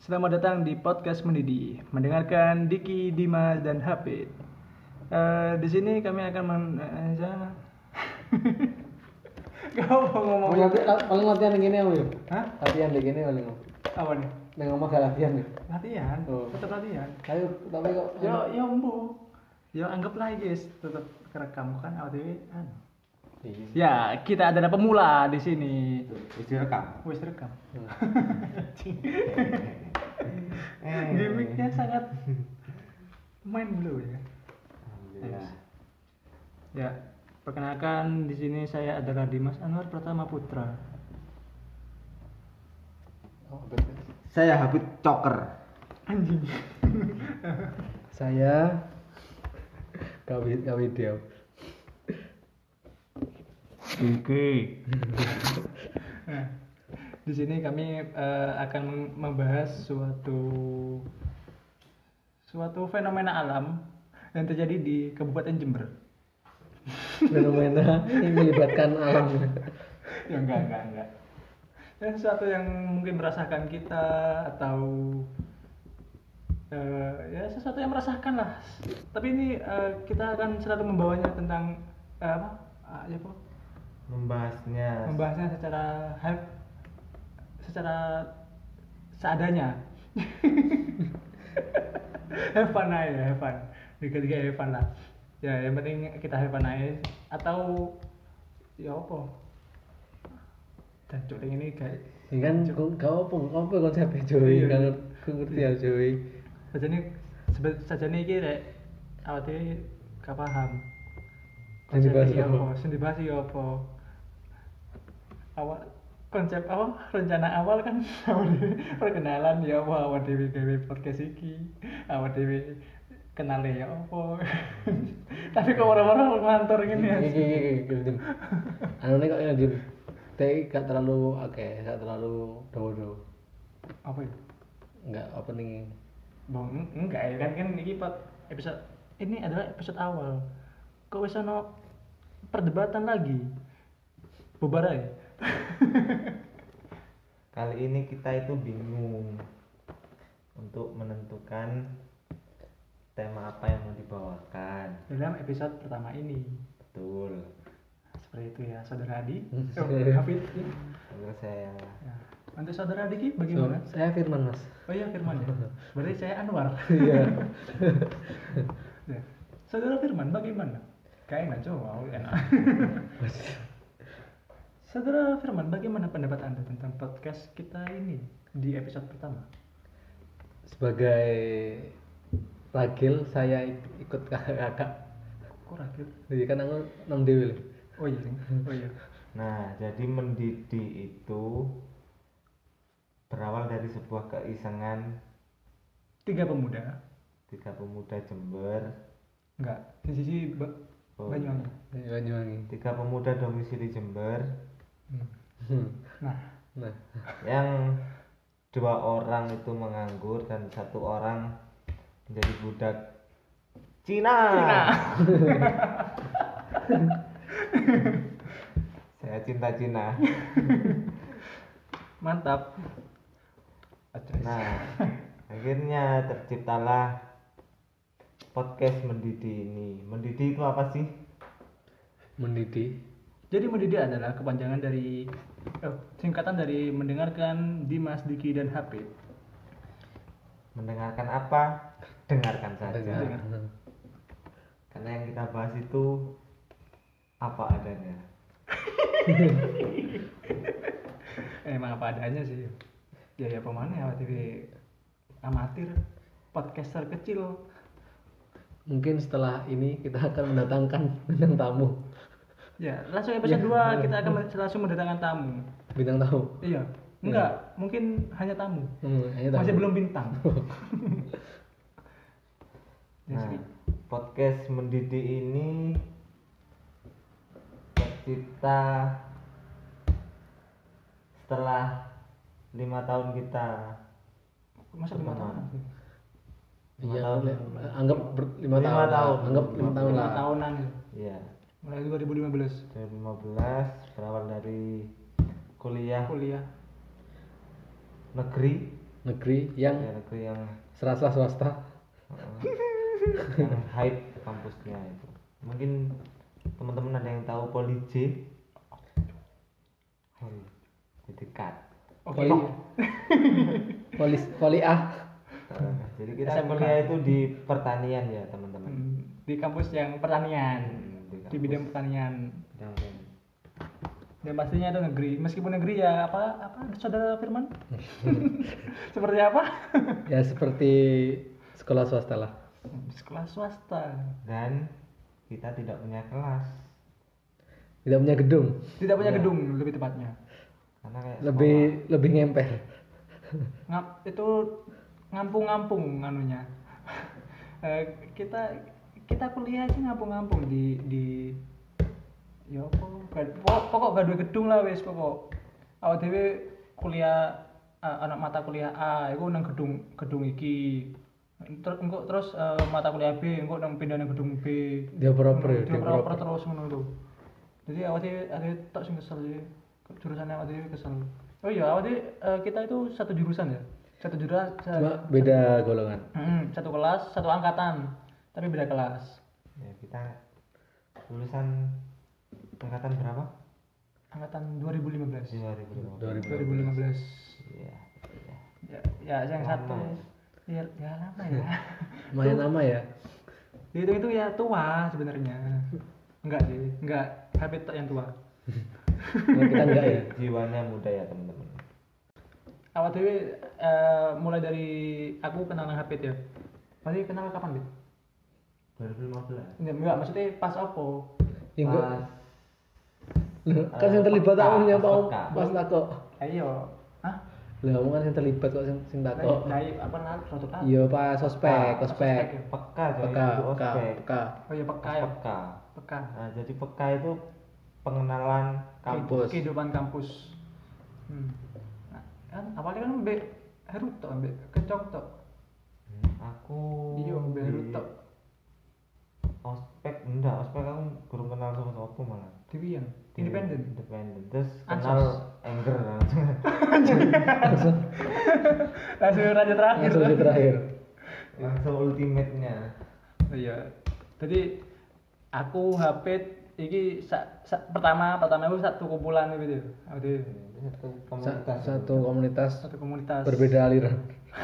Selamat datang di podcast Mendidih, mendengarkan Diki, Dimas, dan Hafid. Di sini kami akan Kau mau ngomong Paling latihan yang gini ya? Hah? Latihan yang gini paling. Apa nih? Neng ngomong gak latihan nih. Latihan, Oh. tetap latihan. Ayo, tapi kok Yo embu. Yo anggaplah guys, tetap kerekam kan audio anu. Iya. Ya, kita adalah pemula di sini. Wis direkam. Wis rekam. Gimiknya sangat main blow ya. Alhamdulillah. Ya, perkenalkan di sini saya adalah Dimas Anwar Pratama Putra. Oh, betul. Saya Habib Coker. Anjing. Saya Kawit Dew. Oke. Nah, di sini kami akan membahas suatu fenomena alam yang terjadi di Kabupaten Jember. Fenomena yang melibatkan alam. Ya enggak. Dan sesuatu yang mungkin merasakan kita atau ya sesuatu yang merasakan lah. Tapi ini kita akan selalu membawanya tentang ya Pak? Membahasnya secara seadanya. Have fun aja, have fun. Tiga have fun lah. Ya, yang penting kita have fun aja. Atau ya apa? Dan culing ini kayak Kan kau apa konsepnya Joy? Iya. Kan ngerti ya Joy. sajane iki rek awake dhewe gak paham. Sing dibahas Konsep iki apa? Sing dibahas iki apa? Konsep rencana awal kan awal dhewe perkenalan ya awal dhewe gawe podcast iki. Awal dhewe kenale ya apa. Tapi kok orang-orang ngantor gini ya. Iki Dim. Anu nek kok ya Dim. Tapi gak terlalu gak terlalu dawa-dawa. Apa itu? Enggak opening. Bang, enggak ya kan ini episode ini adalah episode awal. Kok wis ono perdebatan lagi? Bubar aja. Kali ini kita itu bingung untuk menentukan tema apa yang mau dibawakan. Dalam episode pertama ini. Betul. Seperti itu ya, Saudara Adi. Saudara. Hafid. Menurut saya Ya. Untuk Saudara Adi Ki, bagaimana? Saya Firman, Mas. Oh iya Firman ya. Berarti saya Anwar. Iya. Ya. Saudara Firman bagaimana? Kayak enggak coba, enak. Saudara Firman, bagaimana pendapat Anda tentang podcast kita ini di episode pertama? Sebagai ragil saya ikut kakak. Kok rakyat? Jadi kan aku nang dewe lho. Oh iya, oh iya. Nah, jadi mendidih itu berawal dari sebuah keisengan 3 pemuda. 3 pemuda Jember. Enggak, di sisi Oh, Banyuwangi. Banyuwangi. 3 pemuda domisili Jember Nah, Nah, yang 2 orang itu menganggur dan 1 orang menjadi budak Cina. Saya cinta Cina. mantap. Nah, akhirnya terciptalah podcast Mendidih ini. Mendidih itu apa sih? mendidih. Jadi mendidih adalah kepanjangan dari singkatan dari mendengarkan Dimas, Diki, dan Hafid. Mendengarkan apa? Dengarkan saja. Dengar. Karena yang kita bahas itu apa adanya. Emang apa adanya sih. Ya pemana ya TV amatir, podcaster kecil. Mungkin setelah ini kita akan mendatangkan bintang tamu. Ya, langsung episode 2 kita akan langsung mendatangkan tamu. Bintang tamu. Iya. Enggak, mungkin hanya tamu. Hanya tamu. Masih belum bintang. Ya, Nah, sih. podcast Mendidih ini tercipta setelah 5 tahun kita. Masa 5 tahun? Lima Iya, tahun. anggap 5 Lima tahun. tahun. Anggap 5 tahun 5 lah. tahunan. Iya, Mulai 2015 2015 berawal dari kuliah kuliah. negeri negeri yang ya negeri yang serasa swasta. yang hype kampusnya itu. Mungkin teman-teman ada yang tahu Poli J. Dekat. Poli Poli A. Jadi kita SMK. kuliah itu di pertanian ya teman-teman. Di kampus yang pertanian, Di di bidang pertanian. Dan Dan pastinya itu negeri, meskipun negeri ya apa saudara Firman? Seperti apa? Ya seperti sekolah swasta lah. Sekolah swasta. dan kita tidak punya kelas Tidak punya gedung, Tidak punya Iya. gedung lebih tepatnya. karena kayak lebih ngemper. Itu ngampung-ngampung anunya. Kita kuliah aja ngampung-ngampung di ya pokok gak duwe gedung lah wis pokok. Awak dhewe kuliah anak mata kuliah A iku nang gedung iki. Terus mata kuliah B engko nang pindah nang gedung B. Dioper-oper, Dioper terus ngono lho. Jadi awak dhewe tok sing kesel sih. Jurusannya awak dhewe kesel. Oh iya, awak dhewe kita itu satu jurusan ya. Satu jurusan. Cuma beda golongan. Satu kelas, satu angkatan, tapi beda kelas. ya kita lulusan angkatan berapa? Angkatan 2015. 2015. 2015. Iya. Ya yang Lama satu ya? ya lama ya. Lumayan lama ya. Itu ya tua sebenarnya. Enggak sih, enggak habit tok yang tua. Kalau kita enggak ya. Jiwanya muda ya teman-teman. Awak dhewe mulai dari aku kenal nang habit ya. Pasti kenal kapan, Bit? 2015. Enggak, maksudnya pas opo? Ya enggak. Pas Loh, kan yang terlibat peka, aku yang tau peka. pas takok. Ayo. Hah? Lah kamu kan yang terlibat kok sing takok. Nah, apa nang suatu kali? Iya pas ospek, Pas ospek. ya? peka coy, Peka, itu peka, ospek. peka. Oh iya peka ya. Peka. Peka. Nah, jadi peka itu pengenalan kampus. Kehidupan kampus. Nah, kan awalnya kan mbek Heru tok, mbek Kencok tok. Aku Iya, mbek Heru di tok. ospek enggak, ospek aku belum kenal sama siapa malah. Dewi yang Di- independen. Independen. Terus Ansos. kenal Anger langsung. Langsung Langsung raja terakhir. langsung di terakhir. Langsung ultimate-nya. Oh iya. Jadi aku HP iki pertama aku satu kumpulan gitu. Ada Satu komunitas. Satu komunitas satu komunitas. berbeda aliran.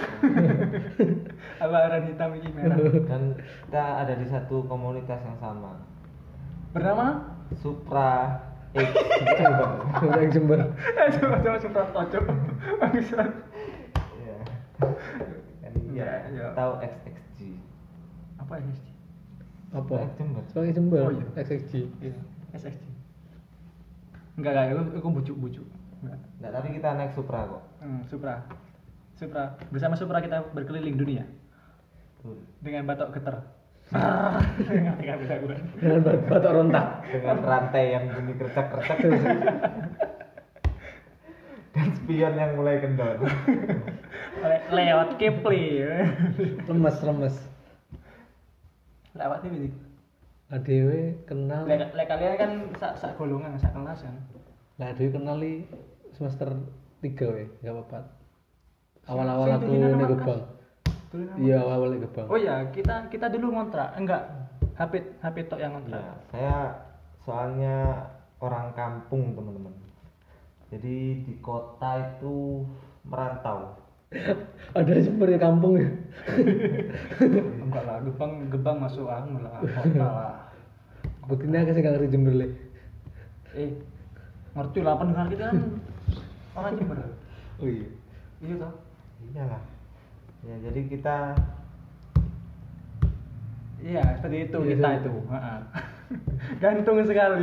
Aliran hitam iki merah. Dan kita ada di satu komunitas yang sama. Bernama Supra X. Udah yang Jember. coba super tocok. Bangsat. Iya. Kan iya, Iya. tahu XXG. Apa ini? Apa? Jember. Sebagai Jember. Oh, iya. XXG. Iya, SXG. Enggak, aku bujuk. Enggak. Enggak, tapi kita naik Supra kok. Supra. Bersama Supra kita berkeliling dunia Tuh. dengan batok geter. Ngerti kan bisa gue. Dengan batok rontak. Dengan rantai yang bunyi kercak-kercak. Dan spion yang mulai kendor. Lewat Kepli. Lemes. Lewat ini. Adewe kenal. Lek kalian kan sak golongan, sak kelas kan. Lah Adewe kenali semester 3 we, enggak apa-apa. Awal-awal Sing aku tulinan ning nama Gebang. Tulinan Iya, awal-awal ning Gebang. Oh iya, kita dulu ngontrak. Enggak. HP tok yang ngontrak. Iya, saya soalnya orang kampung, teman-teman. Jadi di kota itu merantau. Ada Jember ya kampung ya. Enggak lah, Gebang masuk anu lah, kota lah. Buktinya aku sih gak ngerti Jember le. Ngerti lah pendengar kita kan orang Jember. Oh iya. Iya toh. Iyalah. Ya, jadi kita Iya, seperti itu Iya, kita seperti itu. Heeh. Gantung sekali.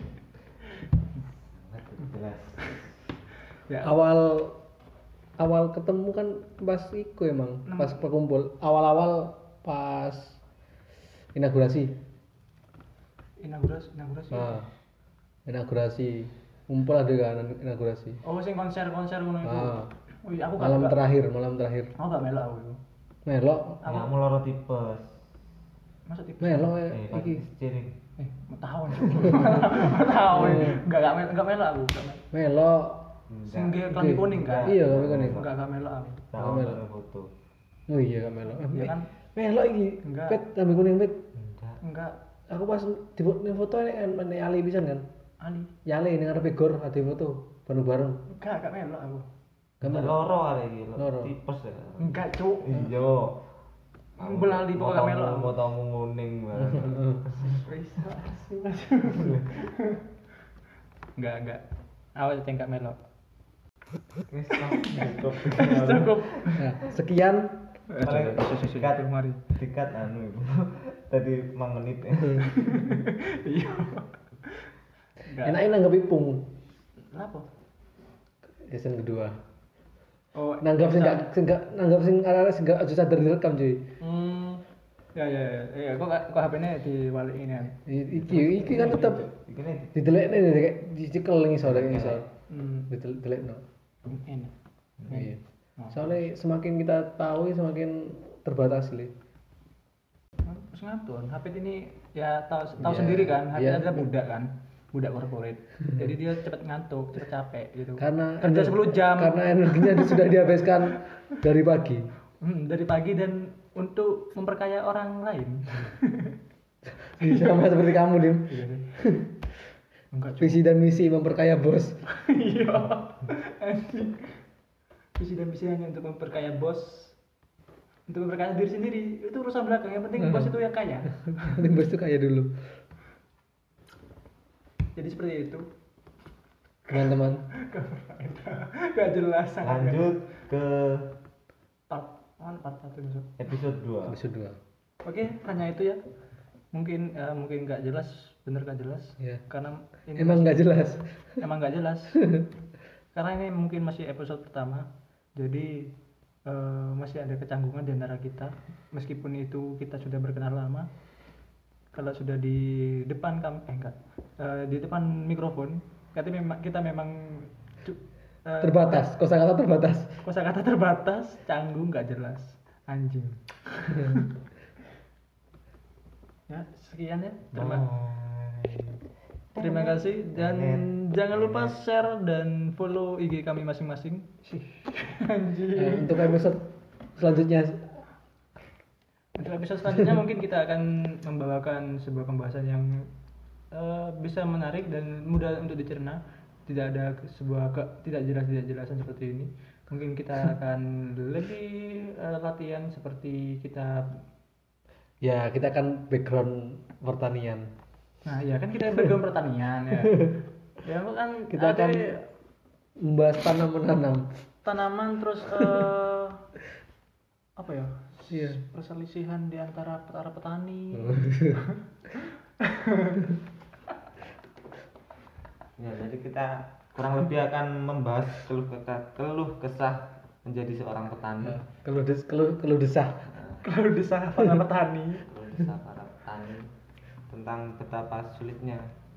jelas. Ya. Awal ketemu kan pas iku emang, pas perkumpul. Awal-awal pas inaugurasi. Inaugurasi. Nah, inaugurasi. Ngumpul ada kan inaugurasi. Oh, sing konser-konser ngono itu. Ah. Oh iya, aku Malam gak terakhir. Aku gak melok aku itu. Melok. Kamu loro tipes. Masa tipis? Melok Iki iki. ciring. Tahun. Tahun. Enggak melok aku, enggak melok. Melok Sing klambi kuning kan? Iya, klambi kuning. Enggak melok aku. Nah, Nggak melok. foto. Oh iya kan Melo. Iya kan? Melo iki. Enggak. Pet klambi kuning pet. Enggak. Enggak Aku pas di foto ini kan Ali pisan kan. Ali. Yale ning ngarepe gor ade foto bareng-bareng. Enggak melok aku. Gambar. Loro kali iki. Loro. Tipes ya. Enggak, Cuk. Iya. Belali pokoknya melok. Motomu nguning banget. Enggak. Awal enggak melok. Wis cukup. Cukup. Nah, sekian Paling Dikat mari. dikat anu iku. Tadi 5 menit ya. Iya. Enggak. enaknya nanggep ipung. Kenapa? Season kedua. Oh, Nanggap sing gak nanggap sing arek sing gak aja sadar direkam cuy. Ya, kok HP-nya diwalik ini kan. Iki kan tetep Iki nih didelekne kayak dicekel ngisor ngisor. Hmm. Didelekno. Ini. Iya. Soalnya semakin kita tahu semakin terbatas li. Terus ngantun, HP ini ya tahu Iya, sendiri kan, HP iya. adalah budak kan, budak corporate. Jadi dia cepat ngantuk, cepat capek gitu. Karena kerja 10 jam. Karena energinya sudah dihabiskan dari pagi. Dari pagi dan untuk memperkaya orang lain. Sama seperti kamu Dim. Enggak cuma. Visi dan misi memperkaya bos. Iya. Anjing. Visi dan misi hanya untuk memperkaya bos, untuk memperkaya diri sendiri. Itu urusan belakang. Yang penting bos itu yang kaya. Penting bos itu kaya dulu. Jadi seperti itu. Teman-teman. Gak jelas. sangat gak lanjut ke part 1 besok. episode 2. Episode 2. Oke, hanya itu ya. Mungkin nggak jelas, bener nggak jelas. Iya. Karena ini Emang nggak jelas. emang nggak jelas. Karena ini mungkin masih episode pertama, jadi masih ada kecanggungan di antara kita. Meskipun itu kita sudah berkenal lama, kalau sudah di depan di depan mikrofon, kita memang Terbatas, kosakata terbatas. kosakata terbatas, canggung, nggak jelas, anjing. Ya, sekian ya. Terima kasih dan jangan lupa share dan follow IG kami masing-masing. Anjing. Untuk episode selanjutnya Untuk episode selanjutnya mungkin kita akan membawakan sebuah pembahasan yang bisa menarik dan mudah untuk dicerna. Tidak ada tidak jelasan seperti ini. Mungkin kita akan lebih latihan seperti kita. ya kita akan background pertanian. Nah, ya kan kita background pertanian ya. Ya kan Kita akan membahas tanam menanam. tanaman terus apa ya? Iya. Perselisihan di antara para petani. Ya, jadi kita kurang lebih akan membahas keluh kesah menjadi seorang petani. Keluh desah. Kalau desah para petani. Keluh kesah para petani tentang betapa sulitnya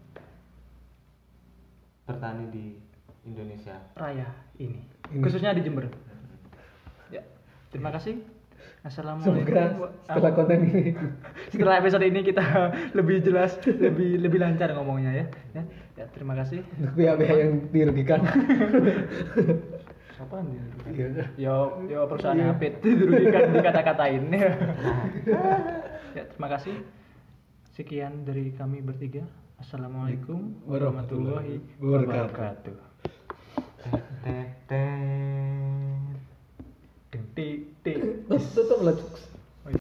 bertani di Indonesia Raya ini. Khususnya di Jember. Ya, terima kasih. Assalamualaikum. Semoga setelah konten ini Setelah episode ini kita lebih jelas, lebih lancar ngomongnya ya. Ya, terima kasih. untuk pihak-pihak yang dirugikan. Apaan dia? Iya. Yo perusahaan HP dirugikan dikata-katain. Ya, terima kasih. Sekian dari kami bertiga. Assalamualaikum warahmatullahi wabarakatuh. Tet, tet, tet. Tik tik. Tutup lah.